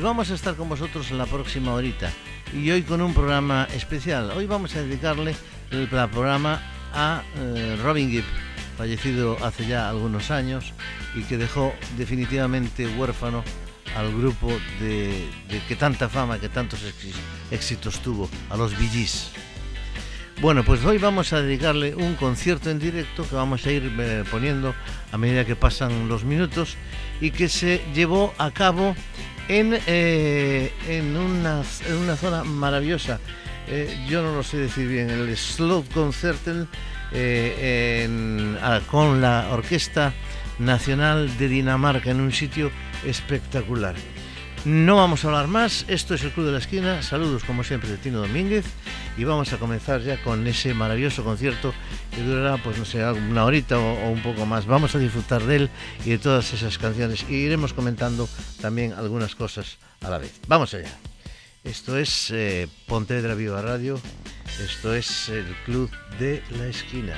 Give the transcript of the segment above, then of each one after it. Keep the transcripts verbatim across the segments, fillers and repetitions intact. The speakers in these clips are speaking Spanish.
vamos a estar con vosotros en la próxima horita y hoy con un programa especial. Hoy vamos a dedicarle el, el programa a eh, Robin Gibb, fallecido hace ya algunos años y que dejó definitivamente huérfano al grupo de, de que tanta fama, que tantos éxitos tuvo, a los Bee Gees. Bueno, pues hoy vamos a dedicarle un concierto en directo que vamos a ir eh, poniendo a medida que pasan los minutos y que se llevó a cabo en, eh, en, una, en una zona maravillosa. Eh, yo no lo sé decir bien, el Slottskonserten eh, en, ah, con la Orquesta Nacional de Dinamarca en un sitio espectacular. No vamos a hablar más, esto es el Club de la Esquina. Saludos como siempre de Tino Domínguez y vamos a comenzar ya con ese maravilloso concierto que durará, pues no sé, una horita o, o un poco más. Vamos a disfrutar de él y de todas esas canciones y iremos comentando también algunas cosas a la vez. Vamos allá. Esto es eh, Pontevedra Viva Radio, esto es el Club de la Esquina.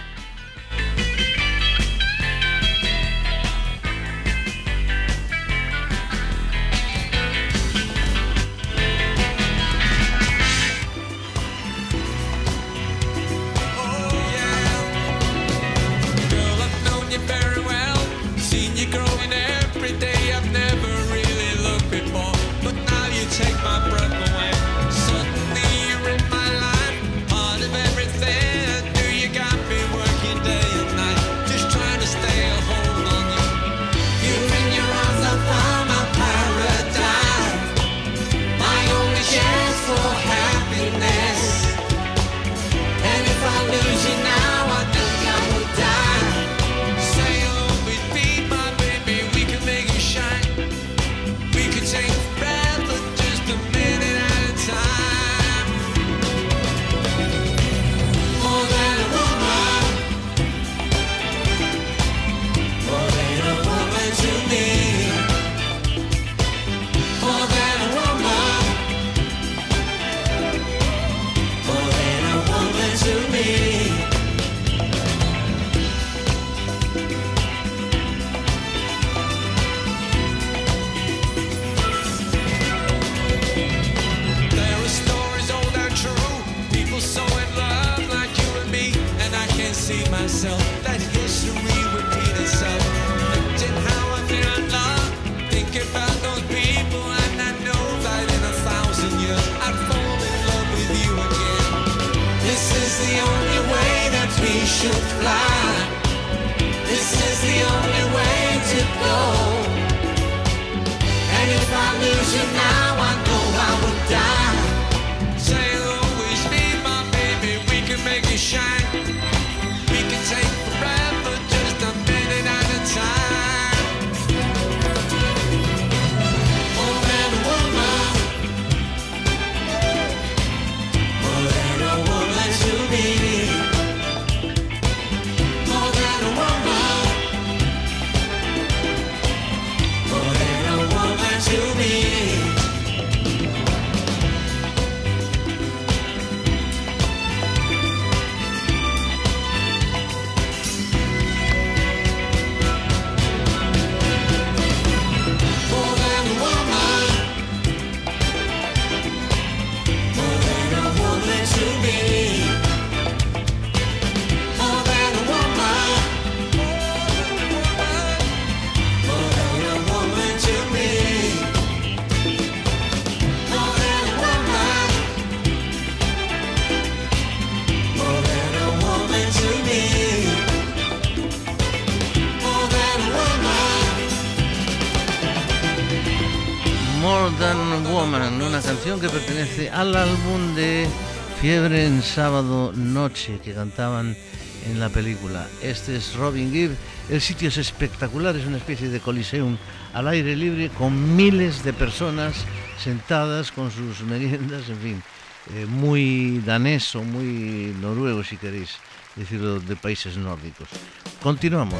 Que pertenece al álbum de Fiebre en Sábado Noche que cantaban en la película. Este es Robin Gibb. El sitio es espectacular, es una especie de coliseum al aire libre con miles de personas sentadas con sus meriendas, en fin, eh, muy danés o muy noruego si queréis decirlo, de países nórdicos. Continuamos.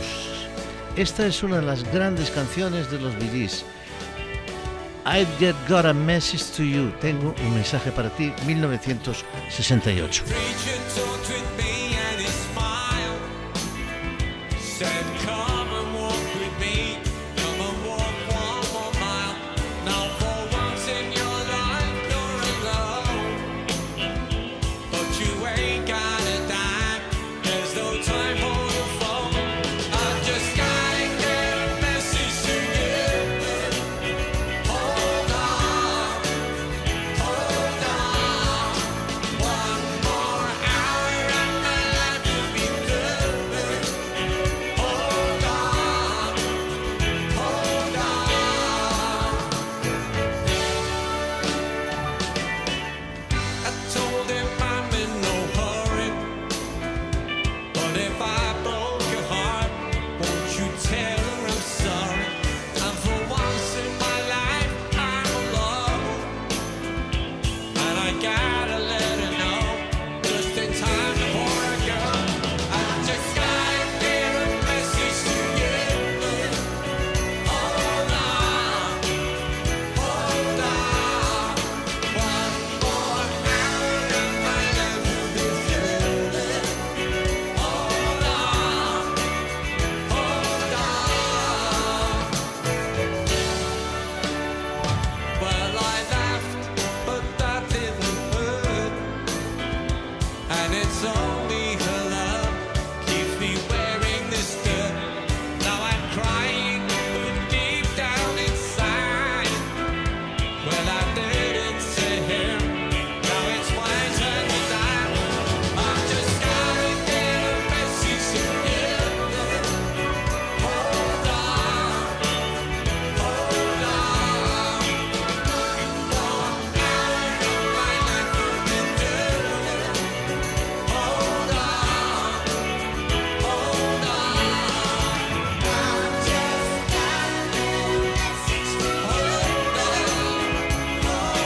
Esta es una de las grandes canciones de los Bee Gees. I've Just Got a Message to You. Tengo un mensaje para ti, mil novecientos sesenta y ocho. Come and walk with me, come and walk one more mile. Now for once in and it's only her love keeps me wearing this dirt. Now I'm crying, but deep down inside, well, I didn't see him. Now it's my turn to die. I'm just gotta get a message to you. Hold on, hold on. One hour of my life will be done. Hold on, hold on. I'm just gotta get a message to you. Hold on,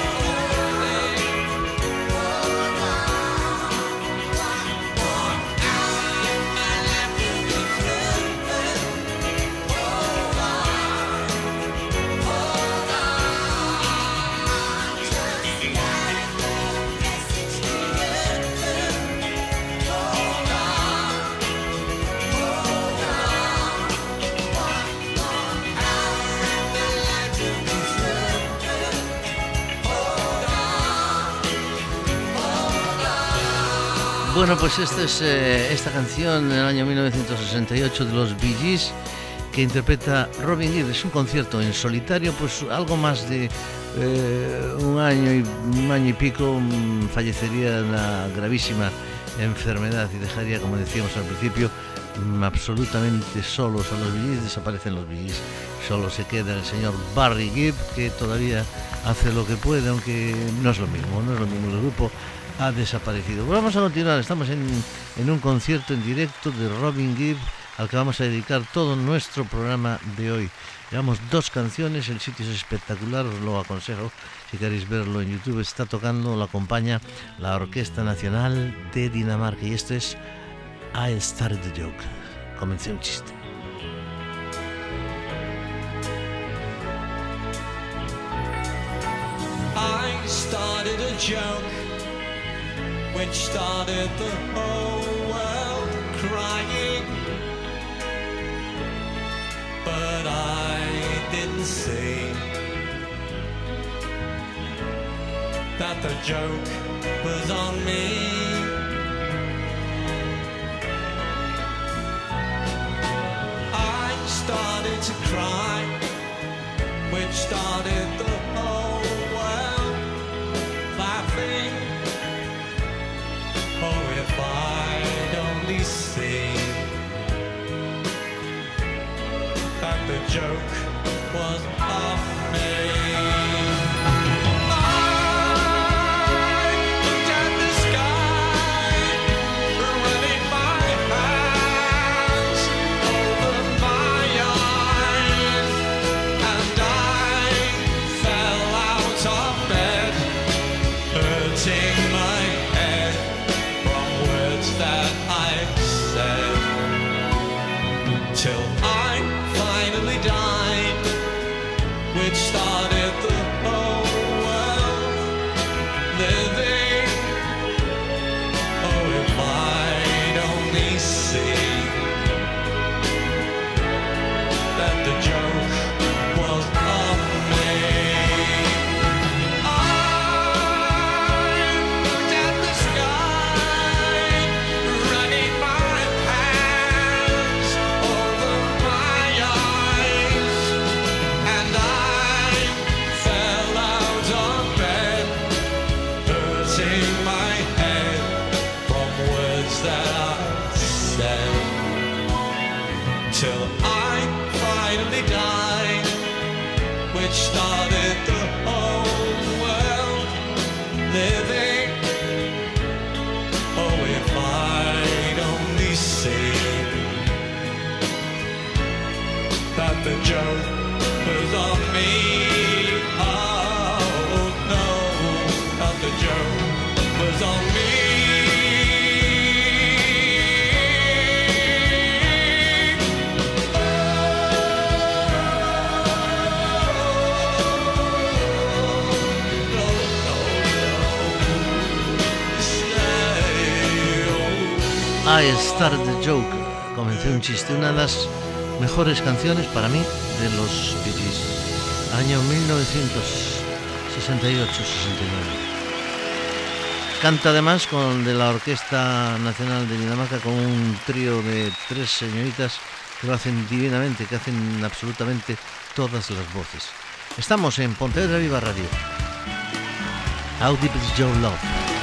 Bueno, pues esta es eh, esta canción del año mil novecientos sesenta y ocho de los Bee Gees que interpreta Robin Gibb. Es un concierto en solitario, pues algo más de eh, un año y un año y pico um, fallecería una gravísima enfermedad y dejaría, como decíamos al principio, um, absolutamente solos a los Bee Gees. Desaparecen los Bee Gees, solo se queda el señor Barry Gibb, que todavía hace lo que puede, aunque no es lo mismo, no es lo mismo. El grupo ha desaparecido. Bueno, vamos a continuar, estamos en, en un concierto en directo de Robin Gibb, al que vamos a dedicar todo nuestro programa de hoy. Llevamos dos canciones, el sitio es espectacular, os lo aconsejo, si queréis verlo en YouTube. Está tocando, lo acompaña la Orquesta Nacional de Dinamarca, y esto es I Started a Joke. Comencé un chiste. I started a joke which started the whole world crying, but I didn't see that the joke was on me. I started to cry, which started the whole world laughing. Oh, if I'd only seen that the joke was of me. I looked at the sky, running my hands over my eyes, and I fell out of bed, hurting my head from words that I've said, till I finally died, which started the whole world living. Oh, if I'd only see that the joke was of me. I looked at the sky, running my hands over my eyes, and I fell out of bed, hurting my head from words that I said, till I finally died, which started the whole world living. Oh, if I'd only seen that the joke was on me. Oh no, that the joke was on me. I Started a Joke, comencé un chiste, una de las mejores canciones para mí de los Bee Gees, año mil novecientos sesenta y ocho sesenta y nueve. Canta además con de la Orquesta Nacional de Dinamarca, con un trío de tres señoritas que lo hacen divinamente, que hacen absolutamente todas las voces. Estamos en Pontevedra Viva Radio. How Deep Is Your Love?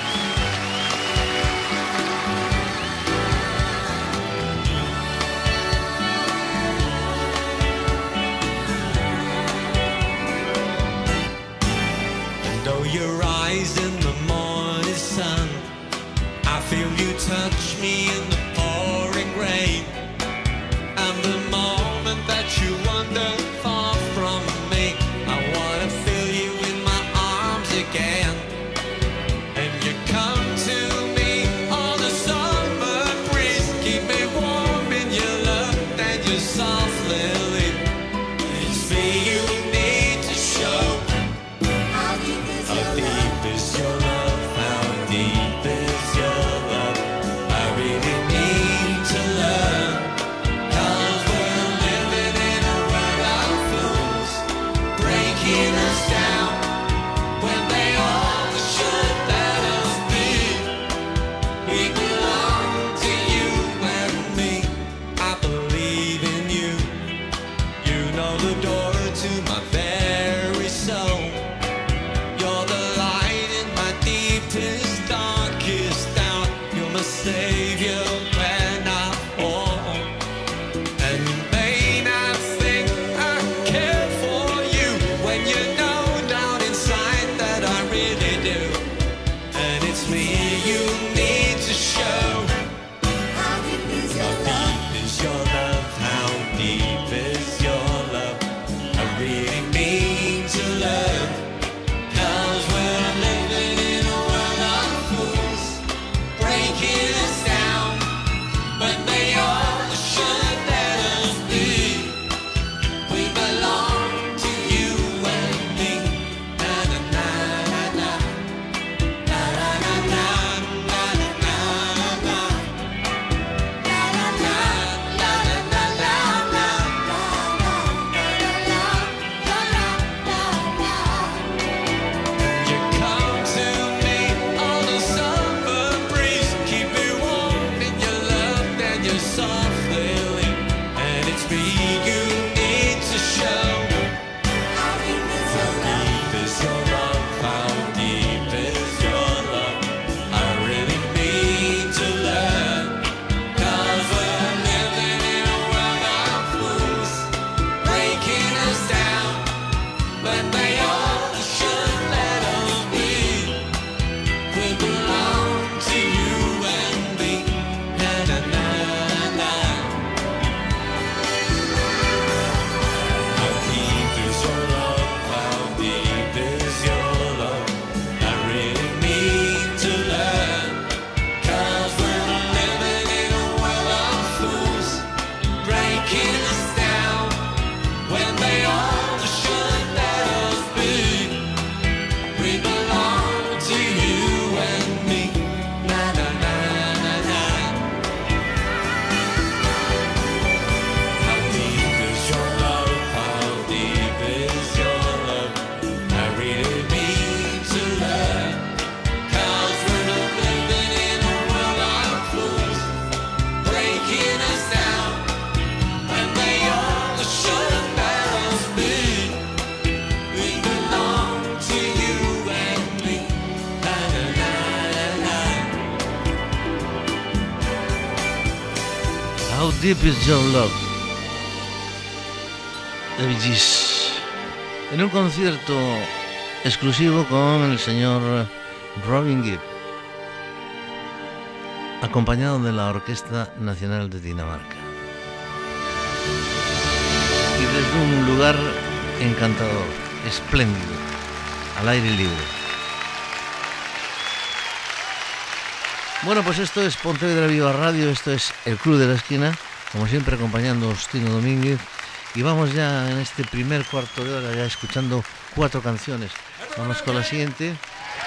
Though your eyes in the morning sun, I feel you touch me in the pouring rain. And the moment that you wander far from me, I wanna feel you in my arms again. And you come to me on a summer breeze, keep me warm in your love and your soft lily. It's me you need to show. How deep is your love? How deep is your love? I really need to learn. 'Cause we're living in a world of fools, breaking us down when they all should let us be. We belong to you and me. I believe in you. You know the door to my very soul. You're the light in my deepest, darkest hour. You're my savior when I fall. And you may not think I care for you when you know down inside that I really do. And it's me you need to show. How deep is your love? How deep is your love? I really mean to learn. 'Cause we're living in a world of fools, breaking us down when they all should let us be. We belong to you and me. Na na na na na. Na na na na na na na na. Na na na na na na na. You come to me on a summer breeze, keep me warm in your love and your soft lily. And it's me you need to show. How deep is your love? How deep is your love? I really need to learn. 'Cause we're living in a world of fools, breaking us down when they all should let us be. We belong to you and me. Na na na na. How deep is your love? How deep is your love? I really need to learn. 'Cause we're living in a world of fools, breaking us down when they all should let us be. We belong to you and me. Na na na na na. How deep is your love? How deep is your love? I really need to learn. 'Cause we're not living in a world of fools, breaking us down when they all should let us be. We belong to you and me. Na na na na. How Deep Is Your Love? The Bee Gees. En un concierto exclusivo con el señor Robin Gibb, acompañado de la Orquesta Nacional de Dinamarca. Y desde un lugar encantador, espléndido, al aire libre. Bueno, pues esto es Pontevedra Viva Radio, esto es el Club de la Esquina, como siempre acompañando a Ostino Domínguez, y vamos ya en este primer cuarto de hora ya escuchando cuatro canciones. Vamos con la siguiente.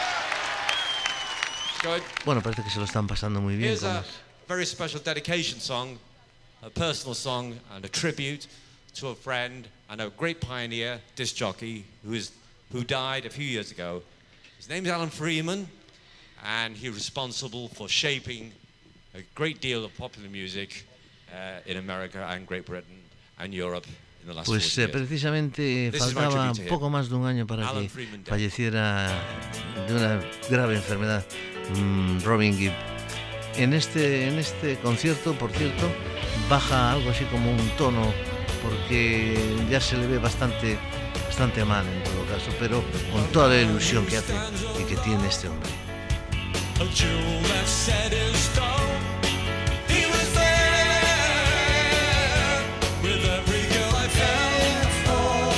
Bueno, parece que se lo están pasando muy bien. Here's a very special dedication song, a personal song and a tribute to a friend and a great pioneer disc jockey who is who died a few years ago. His name's Alan Freeman, and he was responsible for shaping a great deal of popular music uh, in America and Great Britain and Europe in the last Pues forty eh, years. precisamente This is my faltaba tribute to him. poco más de un año para Alan que Freeman Day. falleciera de una grave enfermedad mm, Robin Gibb. En este, en este concierto, por cierto, baja algo así como un tono, porque ya se le ve bastante, bastante mal en todo caso, pero con toda la ilusión que hace y que tiene este hombre. A jewel that set in stone. He was there with every girl I fell for.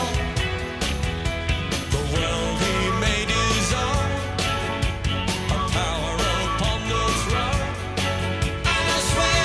The world he made his own, a power upon the throne. And I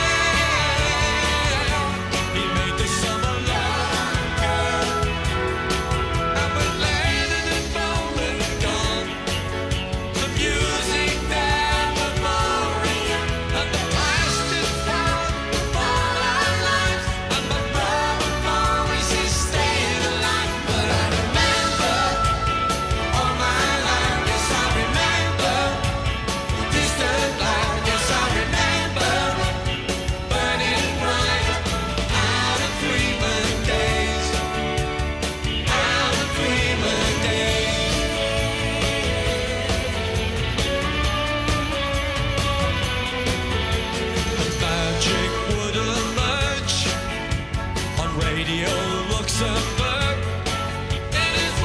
swear he made the summer longer. And with Lennon and Bowen gone, the music there. And the past is gone for our lives, and my brother always is staying alive. But I remember all my life, yes I remember the distant light, yes I remember burning bright out of Freeman days, out of Freeman days. Magic would emerge on Radio Luxembourg. In his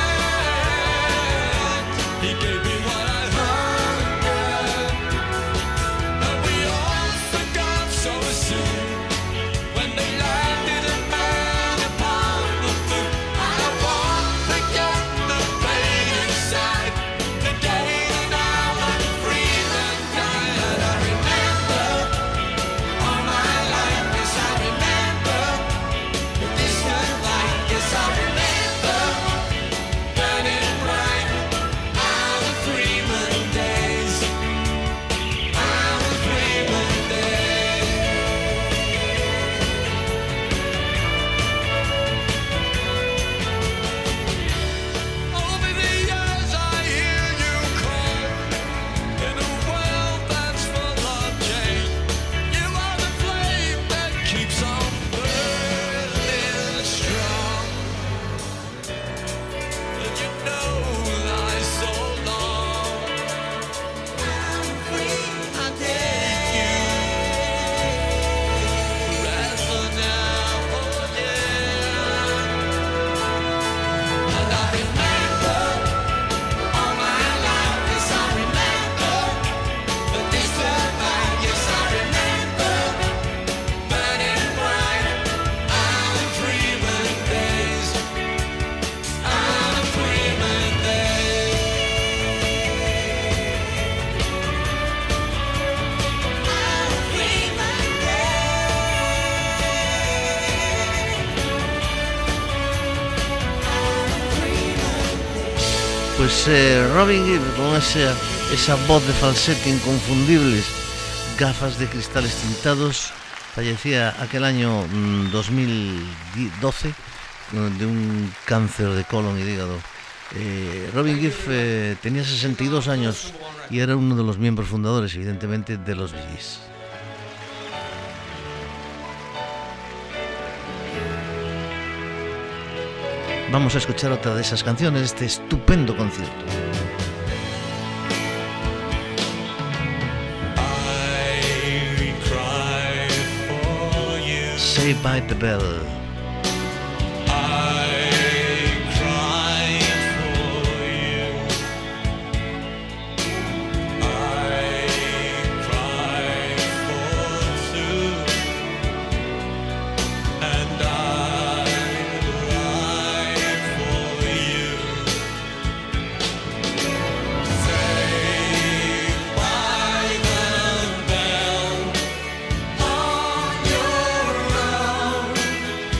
word, he gave me what I hungered, and we all forgot so soon when they landed a man upon the moon. I won't forget the pain inside the day that I was free and died. And I remember all my life, yes I remember the distant light, yes I remember burning bright out of Freeman days, out of Freeman days. Over the years I hear you call in a world that's full of change. You are the flame that keeps on burning strong. And you know lie so long. I'm free, I take you forever now, oh yeah. And I remember all my life, yes I remember the distant light, yes I remember burning bright out of Freeman days, out of Freeman days, out of Freeman days. Pues eh, Robin Gibb, con esa, esa voz de falsete inconfundibles, gafas de cristales tintados, fallecía aquel año mm, dos mil doce mm, de un cáncer de colon y de hígado. Eh, Robin Gibb eh, tenía sesenta y dos años y era uno de los miembros fundadores, evidentemente, de los Bee Gees. Vamos a escuchar otra de esas canciones de este estupendo concierto. I cry for you. Saved by the Bell. I cry for you. I cry for two. And I cry for you. Saved by the bell on your own.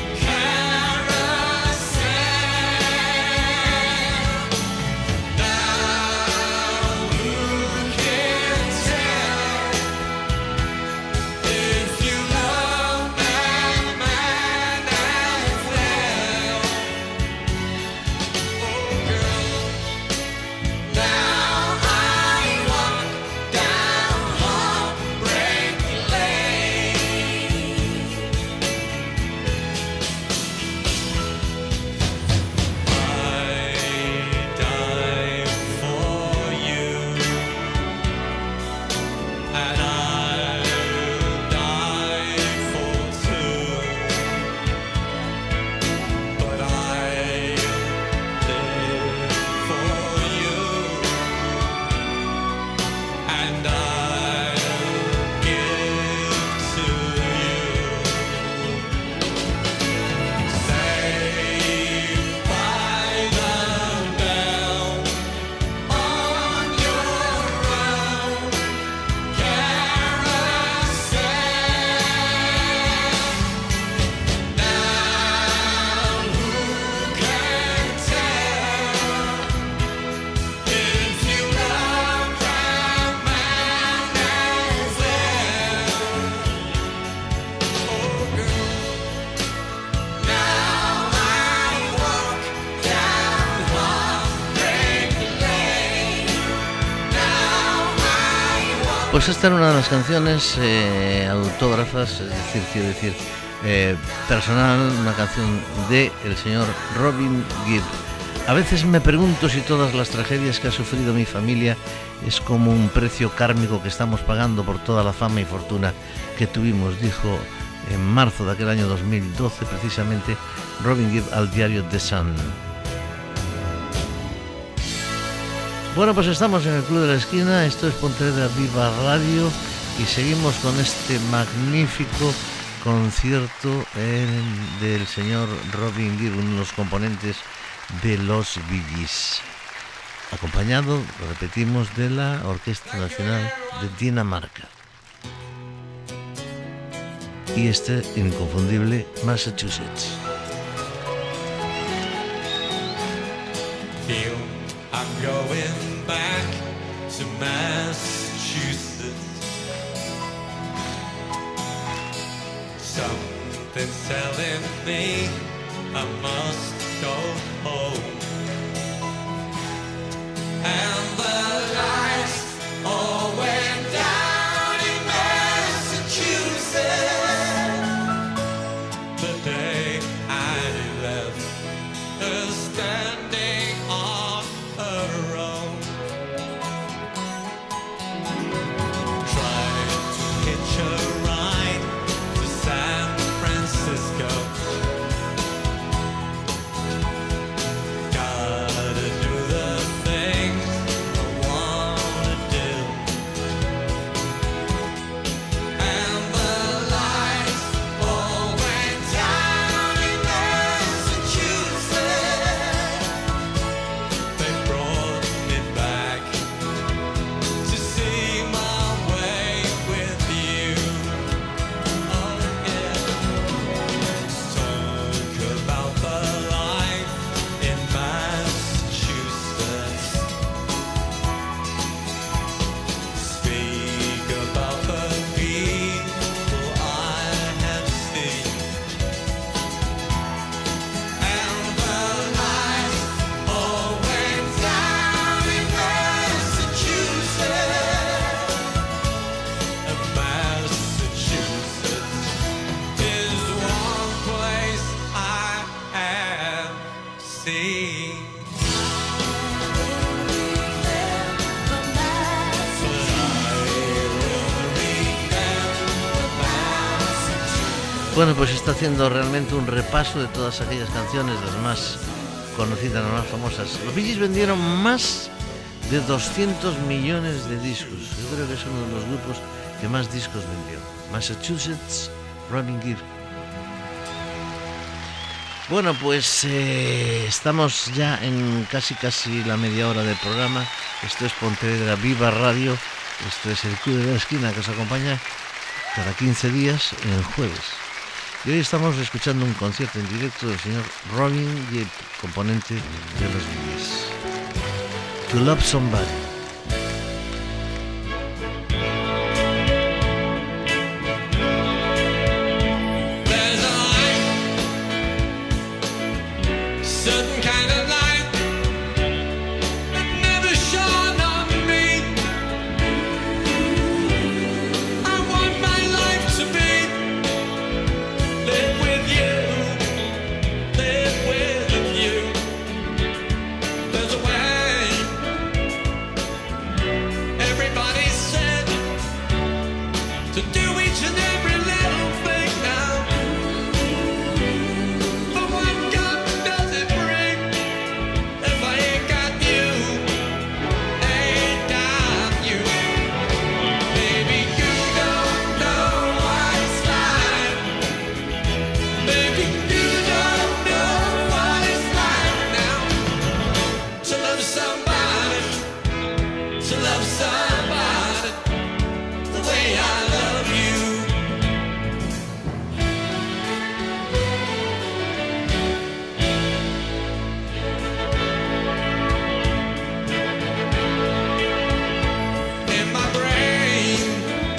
pues esta era una de las canciones eh, autógrafas, es decir, quiero decir, eh, personal, una canción de el señor Robin Gibb. A veces me pregunto si todas las tragedias que ha sufrido mi familia es como un precio kármico que estamos pagando por toda la fama y fortuna que tuvimos, dijo en marzo de aquel año dos mil doce precisamente Robin Gibb al diario The Sun. Bueno, pues estamos en el Club de la Esquina, esto es Pontevedra Viva Radio y seguimos con este magnífico concierto en, del señor Robin Gibb, uno de los componentes de los Bee Gees, acompañado, lo repetimos, de la Orquesta Nacional de Dinamarca y este inconfundible Massachusetts. Feel I'm going back to Massachusetts. Something's telling me I must go home. And the lights all went down in Massachusetts the day I left her standing on her own, trying to hitch a ride to San Francisco. Gotta do the things I wanna do. And the lights all went down in Massachusetts. They brought me back to see my way with you. Oh yeah. Talk about the life in Massachusetts. Speak about the people I have seen. And the lights all went down in Massachusetts. And Massachusetts is one place I have seen. But I will remember Massachusetts. Bueno, pues está haciendo realmente un repaso de todas aquellas canciones, las más conocidas, las más famosas. Los Bee Gees vendieron más de doscientos millones de discos. Yo creo que es uno de los grupos que más discos vendió. Massachusetts, Robin Gibb. Bueno, pues eh, estamos ya en casi casi la media hora del programa. Esto es Pontevedra Viva Radio. Esto es el Club de la Esquina que os acompaña cada quince días el jueves. Y hoy estamos escuchando un concierto en directo del señor Robin Gibb, componente de los Bee Gees. To Love Somebody. There's a light, certain kind of light that never shone on me. I want my life to be live with you, live with you. There's a way. Everybody said to do each and every little thing now. But what good does it bring if I ain't got you? Ain't got you. Baby, you don't know what it's like. Baby, you don't know what it's like now to love somebody, to love somebody the way I love you. In my brain,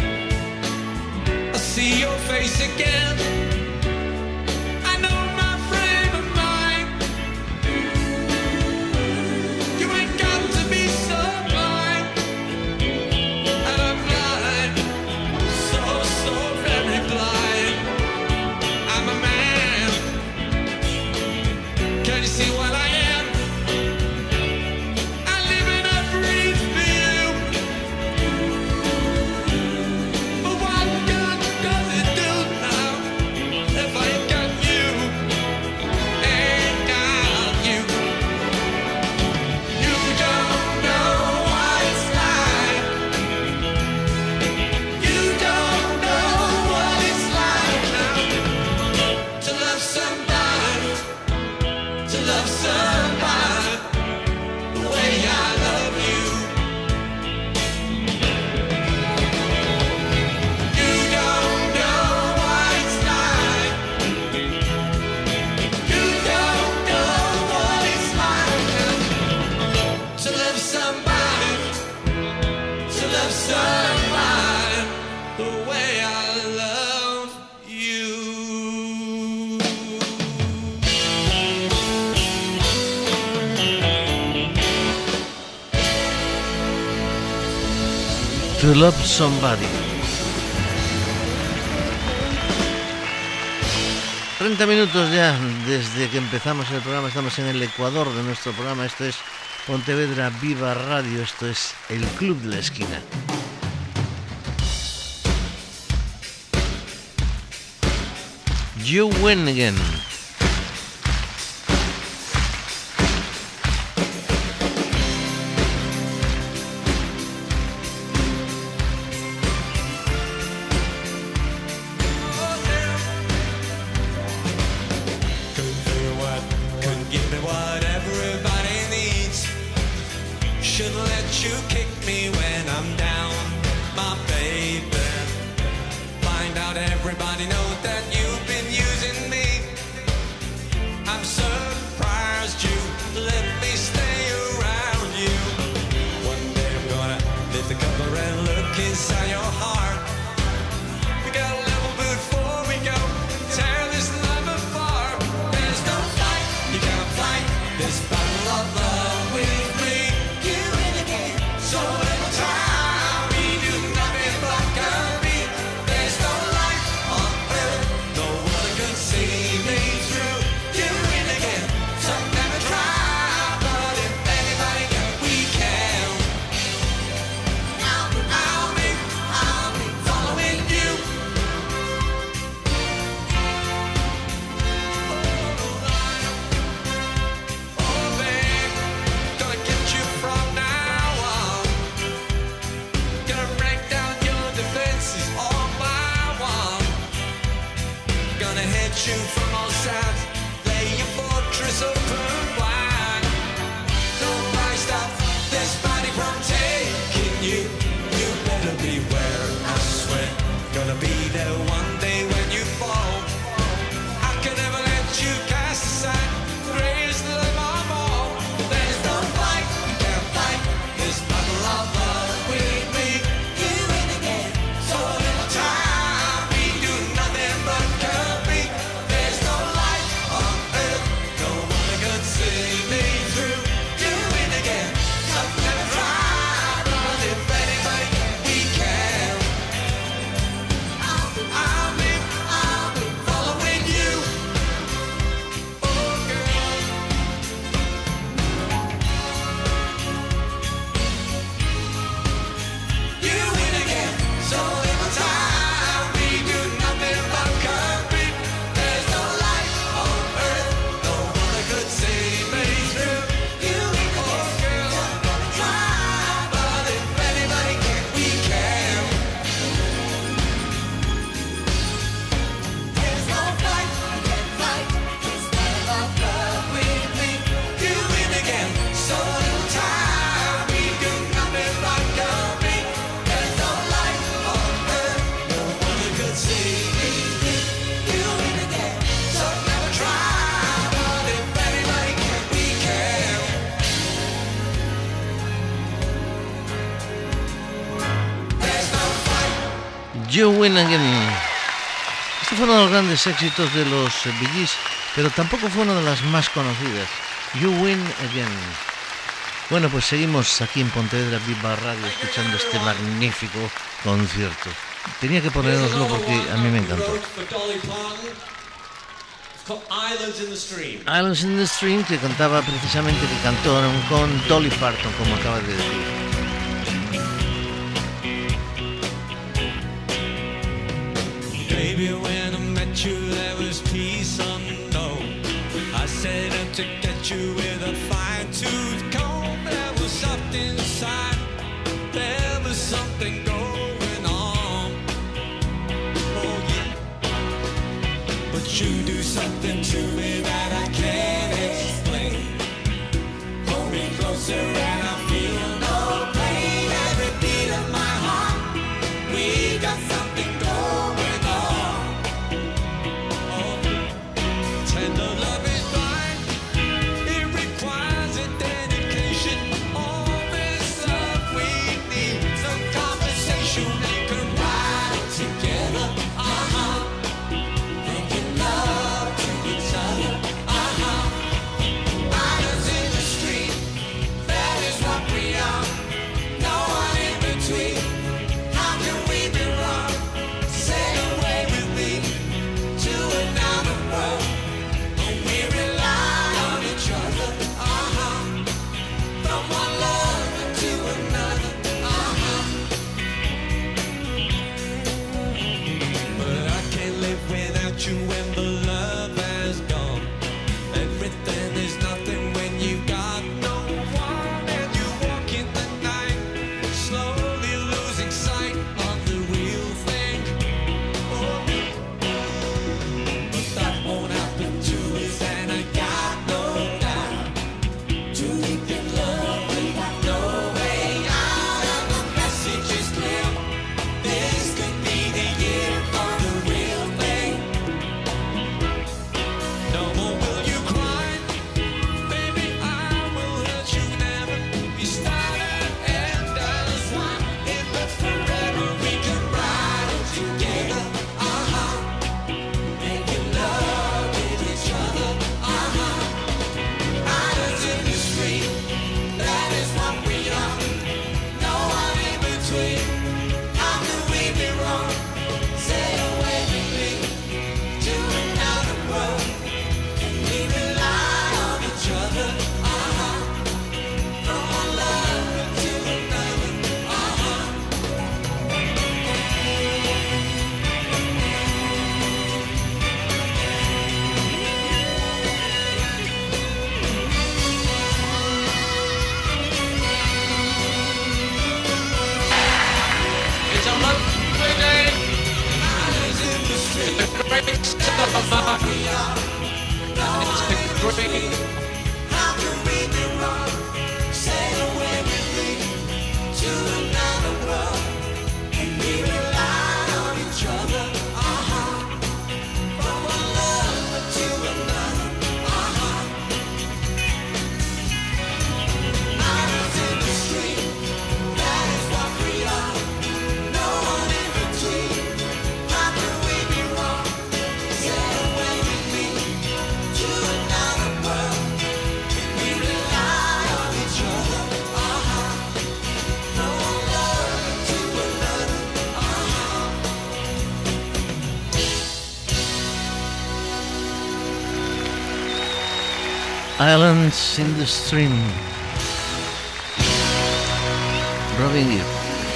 I see your face again. I know my frame of mind. You ain't got to be so blind. And I'm blind. To Love Somebody. treinta minutos ya desde que empezamos el programa, estamos en el ecuador de nuestro programa. Esto es Pontevedra Viva Radio, esto es el Club de la Esquina. You Win Again. You Win Again. Este fue uno de los grandes éxitos de los Bee Gees, pero tampoco fue una de las más conocidas. You Win Again. Bueno, pues seguimos aquí en Pontevedra Viva Radio escuchando este magnífico concierto. Tenía que poneroslo porque a mí me encantó. Islands in the Stream, que cantaba precisamente, que cantó con Dolly Parton, como acabas de decir. Baby, when I met you, there was peace unknown. I set out to get you with a fine-tooth comb. There was something inside, there was something going on. Oh yeah, but you do something to me that I can't explain. Hold me closer and I feel no pain. Every beat of my heart, we got something going. Together, uh-huh, making love to each other, uh-huh. Islands in the Stream. Robin Gibb.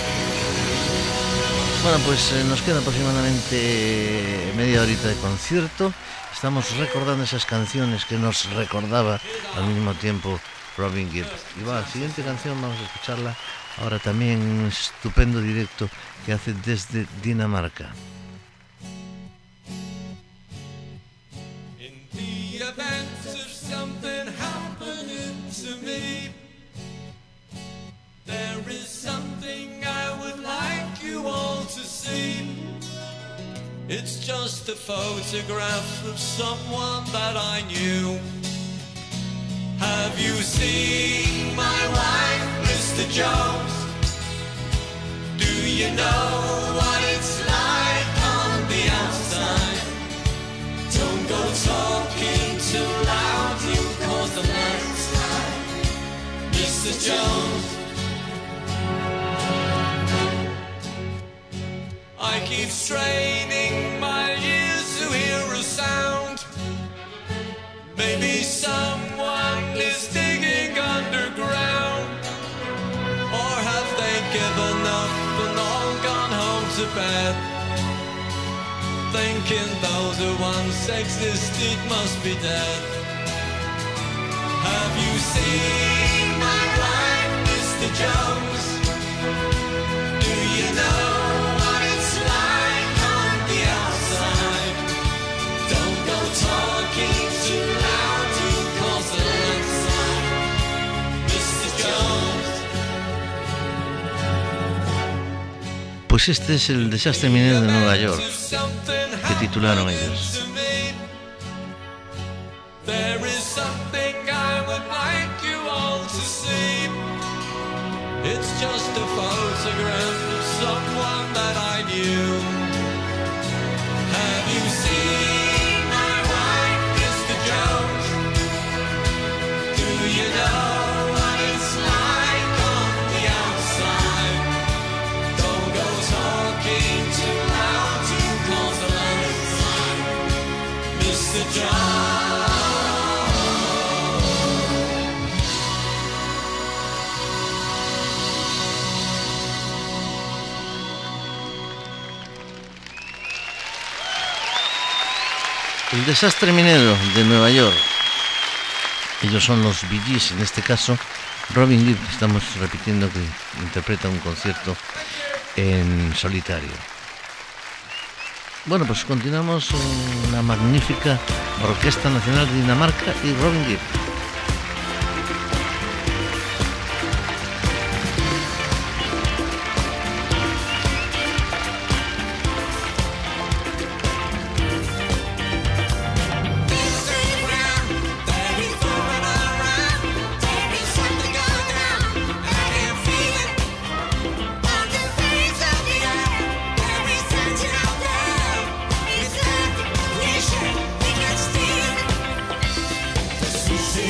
Bueno, pues eh, nos queda aproximadamente media horita de concierto. Estamos recordando esas canciones que nos recordaba al mismo tiempo Robin Gibb. Y va, la siguiente canción vamos a escucharla ahora también, un estupendo directo que hace desde Dinamarca. In the event of something happening to me, there is something I would like you all to see. It's just a photograph of someone that I knew. Have you seen my wife, Mister Jones? Do you know what it's like on the outside? Don't go talking too loud, you cause the landslide, Mister Jones. I keep straining my ears to hear a sound. Maybe someone is digging underground. Or have they given up and all gone home to bed? Thinking those who once existed must be dead. Have you seen my wife, Mister Jones? Do you know what it's like on the outside? Don't go talking too loud, you cause a landslide, Mister Jones. Pues este es el desastre minero de Nueva York, que titularon ellos. There is something I would like you all to see. It's just a photograph of someone that I knew. Have you seen my wife, Mister Jones? Do you know what it's like on the outside? Don't go talking too loud to cause a landslide, Mister Jones. El desastre minero de Nueva York. Ellos son los Bee Gees, en este caso Robin Gibb, estamos repitiendo que interpreta un concierto en solitario. Bueno, pues continuamos, una magnífica Orquesta Nacional de Dinamarca y Robin Gibb. See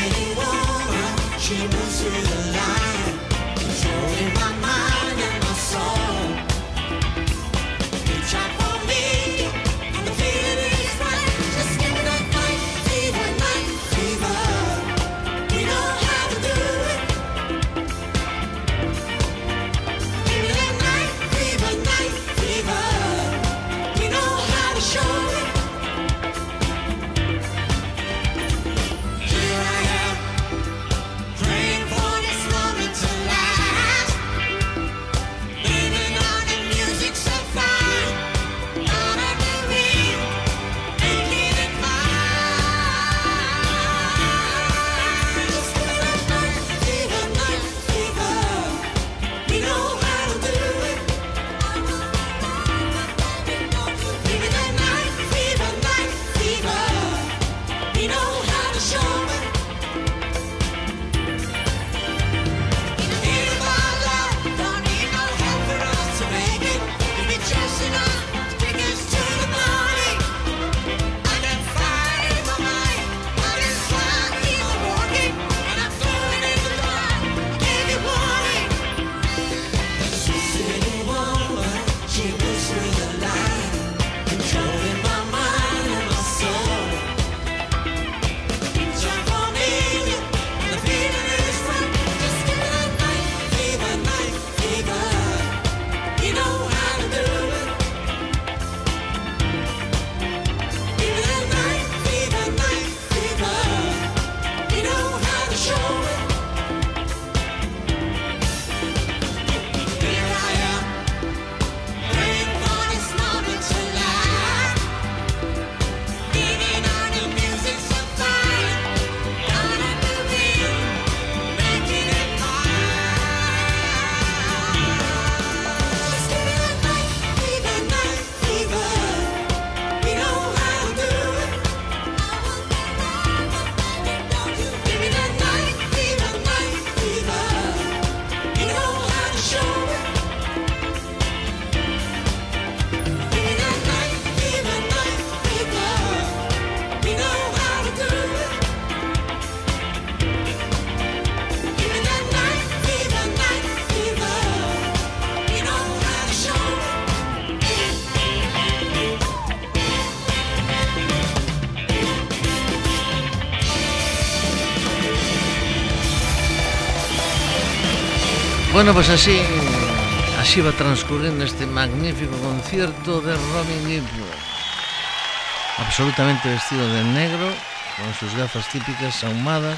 Bueno, pues así, así va transcurriendo este magnífico concierto de Robin Gibb, absolutamente vestido de negro, con sus gafas típicas ahumadas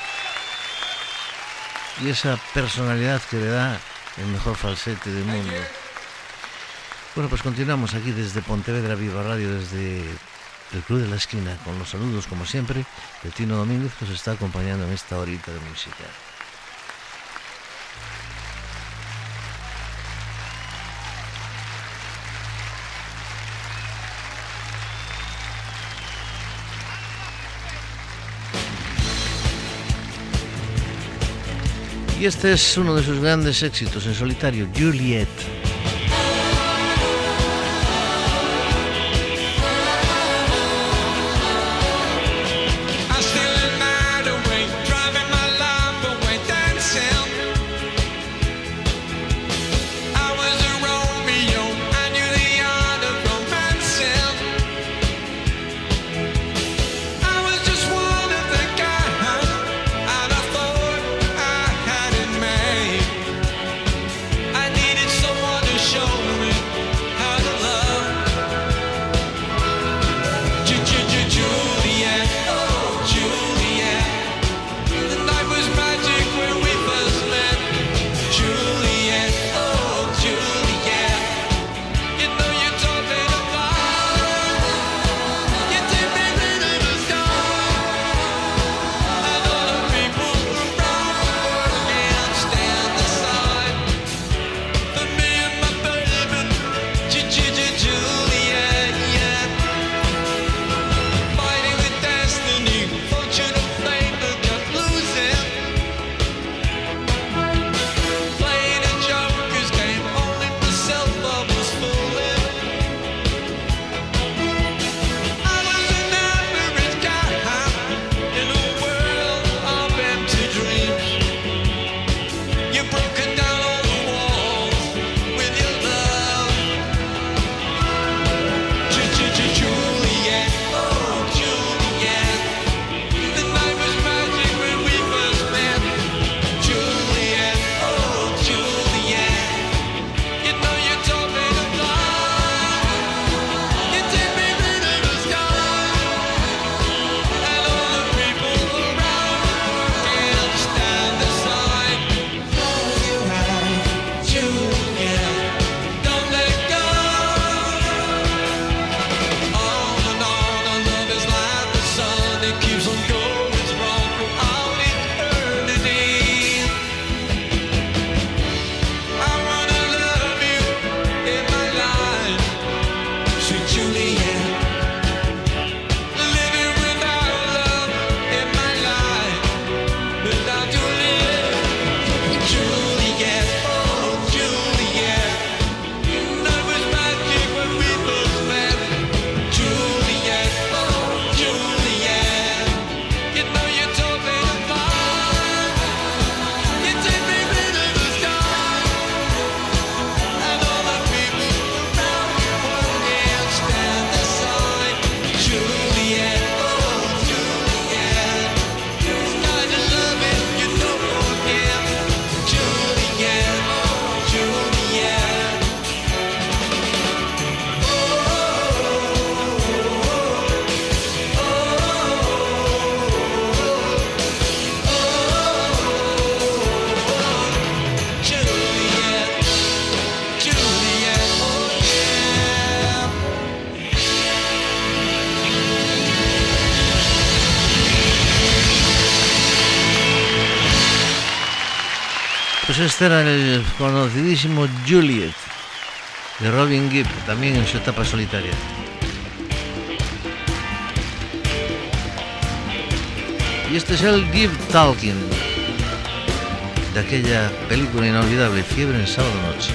y esa personalidad que le da el mejor falsete del mundo. Bueno, pues continuamos aquí desde Pontevedra Viva Radio, desde el Club de la Esquina, con los saludos, como siempre, de Tino Domínguez, que os está acompañando en esta horita de música. Y este es uno de sus grandes éxitos en solitario, Juliet. Pues este era el conocidísimo Juliet de Robin Gibb, también en su etapa solitaria. Y este es el Gibb Talking, de aquella película inolvidable, Fiebre en sábado noche.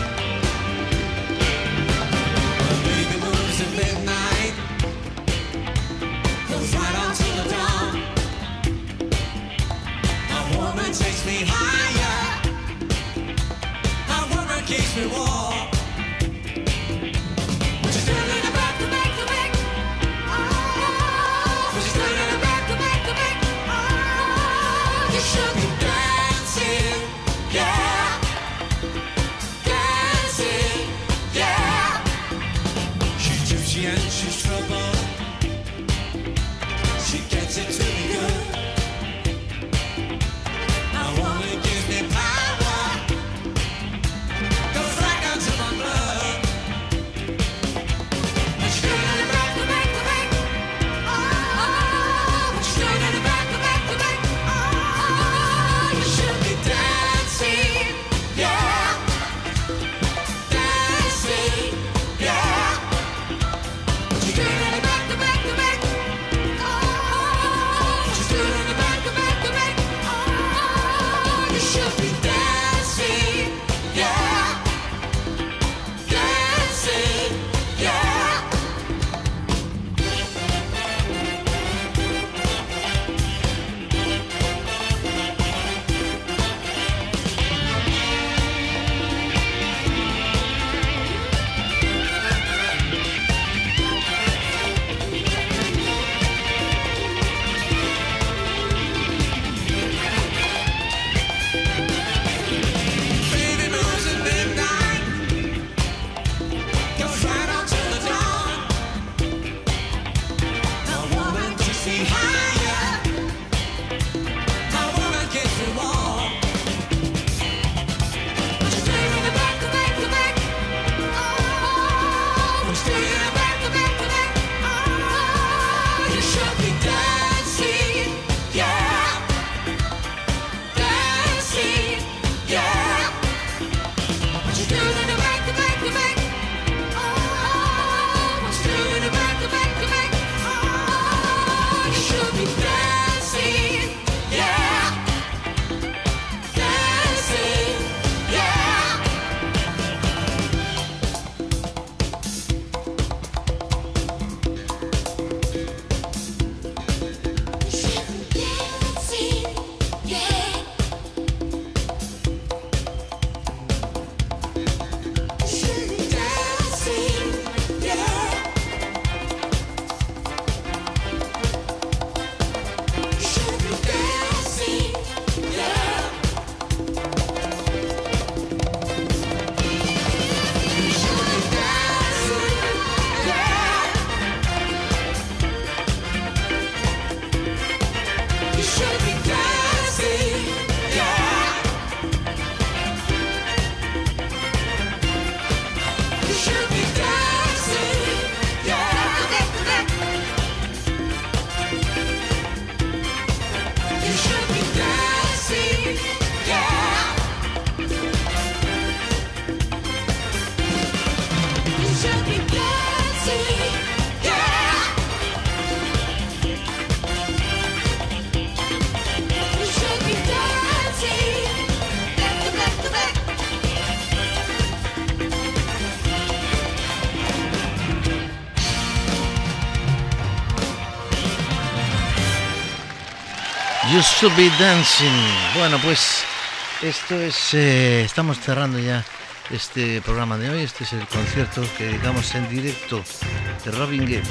She and she's trouble. She gets it to me good. My woman gives me power. Goes right down to my blood. When she's doing it in the back, the back, the back. Oh, when she's doing it in the back, the back, the back. Oh, you should be dancing, yeah. Dancing, yeah. She's doing it in the back, the back, the back. Oh, she's doing it in the back, the back, the back. Oh, you should be dancing, yeah. Dancing, yeah. Baby moves at midnight, goes right on till the dawn. My woman takes me higher, my woman gets me warm. She's doing it in the back, the back, the back. Oh, she's doing it in the back, the back, the back. Oh, you should be dancing, yeah. Dancing, yeah. She's doing it in the back, the back, the back. Oh, she's doing it in the back, the back, the back. Oh, you should be dancing, yeah. Dancing, yeah. You should be dancing, yeah. You should be dancing, yeah. You should be dancing, yeah. You should be dancing, yeah. You should be dancing, yeah. You should be dancing, yeah. You should be dancing, yeah. You should be dancing, yeah. You should be dancing, back to back to back. You Should Be Dancing. Bueno, pues esto es... eh, estamos cerrando ya este programa de hoy. Este es el concierto que dedicamos en directo de Robin Gibb.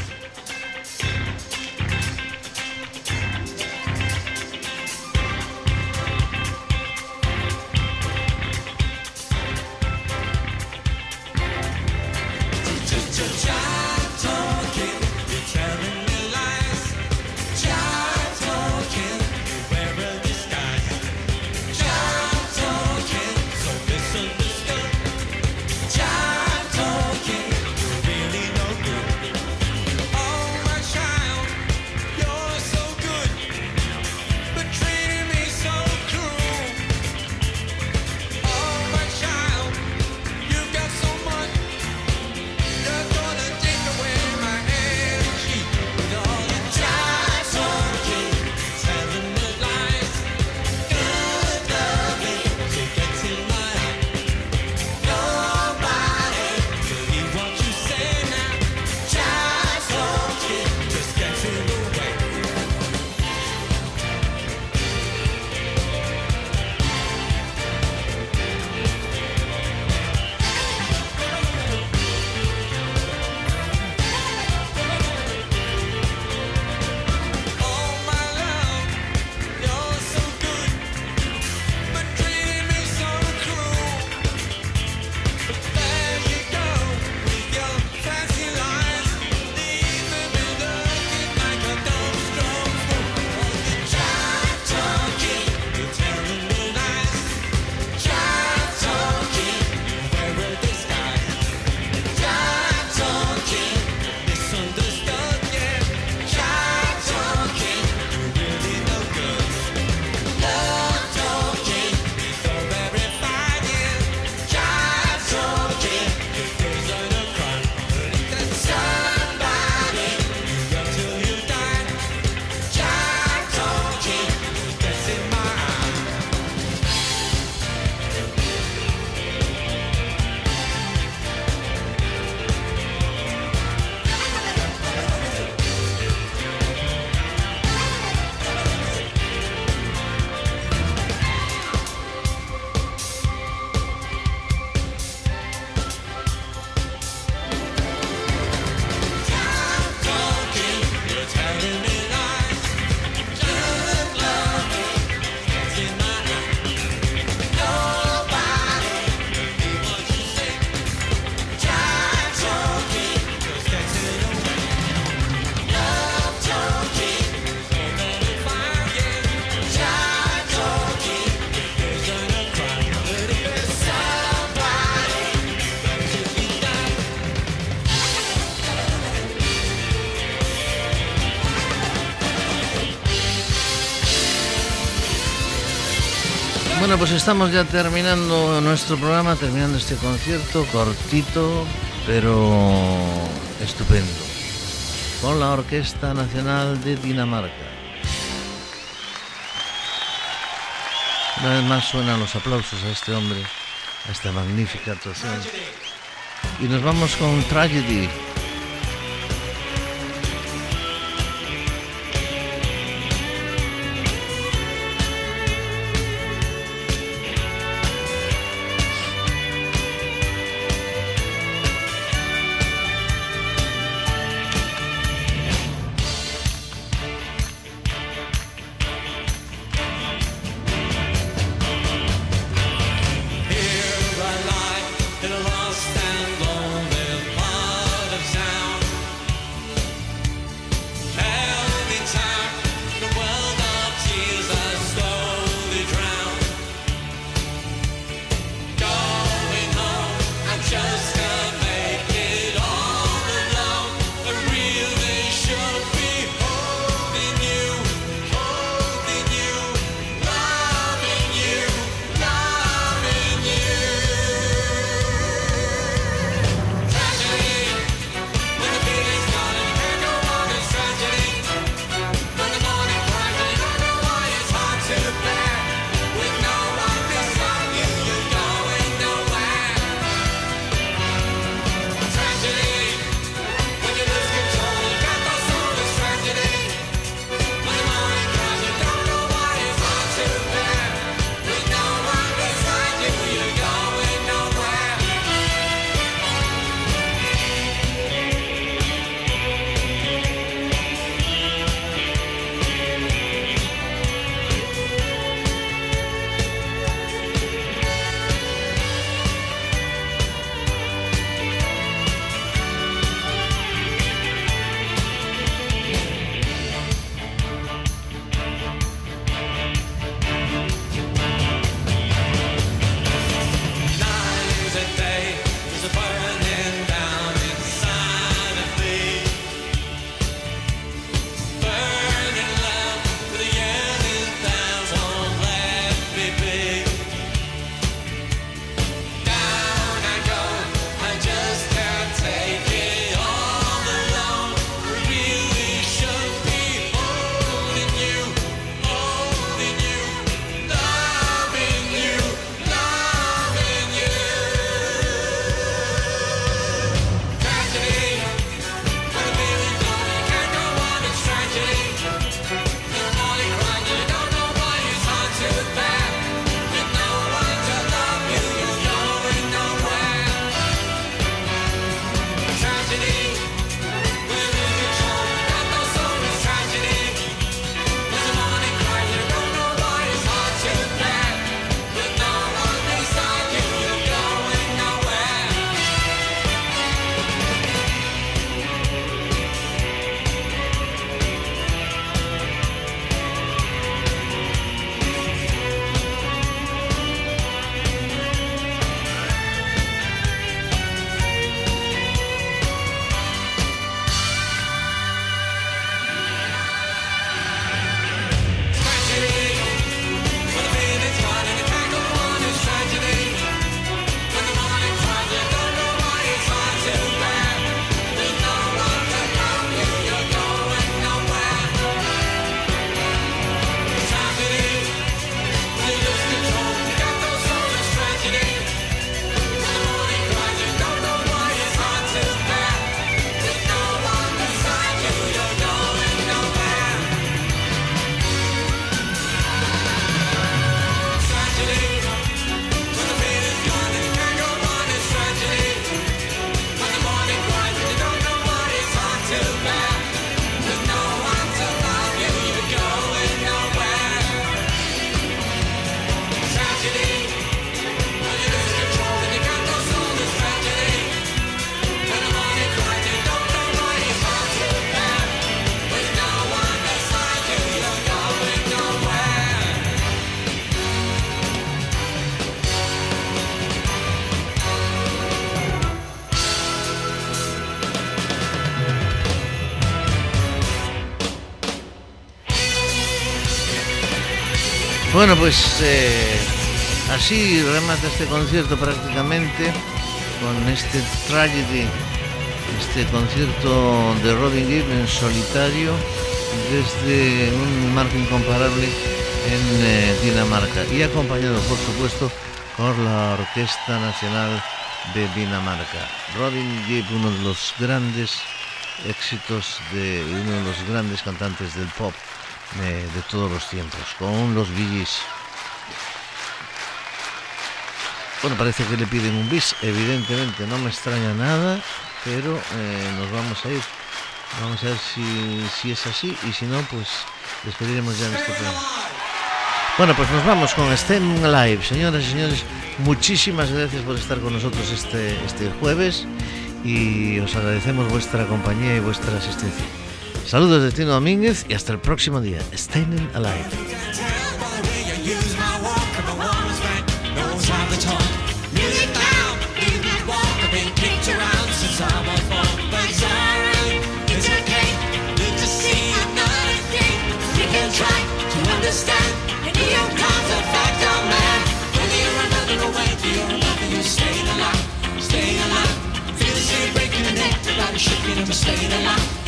Jive talking, you're telling me lies. Jive talking, you wear a disguise. Jive talking, so misunderstood. Jive talking, you're really no good. Bueno, pues estamos ya terminando nuestro programa, terminando este concierto cortito, pero estupendo, con la Orquesta Nacional de Dinamarca. Una vez más suenan los aplausos a este hombre, a esta magnífica actuación. Y nos vamos con Tragedy. Bueno, pues eh, Así remata este concierto prácticamente con este Tragedy, este concierto de Robin Gibb en solitario desde un marco incomparable en eh, Dinamarca y acompañado por supuesto por la Orquesta Nacional de Dinamarca. Robin Gibb, uno de los grandes éxitos de uno de los grandes cantantes del pop de, de todos los tiempos, con los Bee Gees. Bueno, parece que le piden un bis, evidentemente, no me extraña nada, pero eh, nos vamos a ir. Vamos a ver si, si es así, y si no, pues despediremos ya en este programa. Bueno, pues nos vamos con Staying Alive. Señoras y señores, muchísimas gracias por estar con nosotros este, este jueves y os agradecemos vuestra compañía y vuestra asistencia. Saludos de Tino Domínguez y hasta el próximo día. Staying Alive. Understand, and you don't cause a factor, man. Whether you're another away, you're another, you're staying alive, staying alive. Feel the sea breaking the neck, the body shaking, and we're staying alive.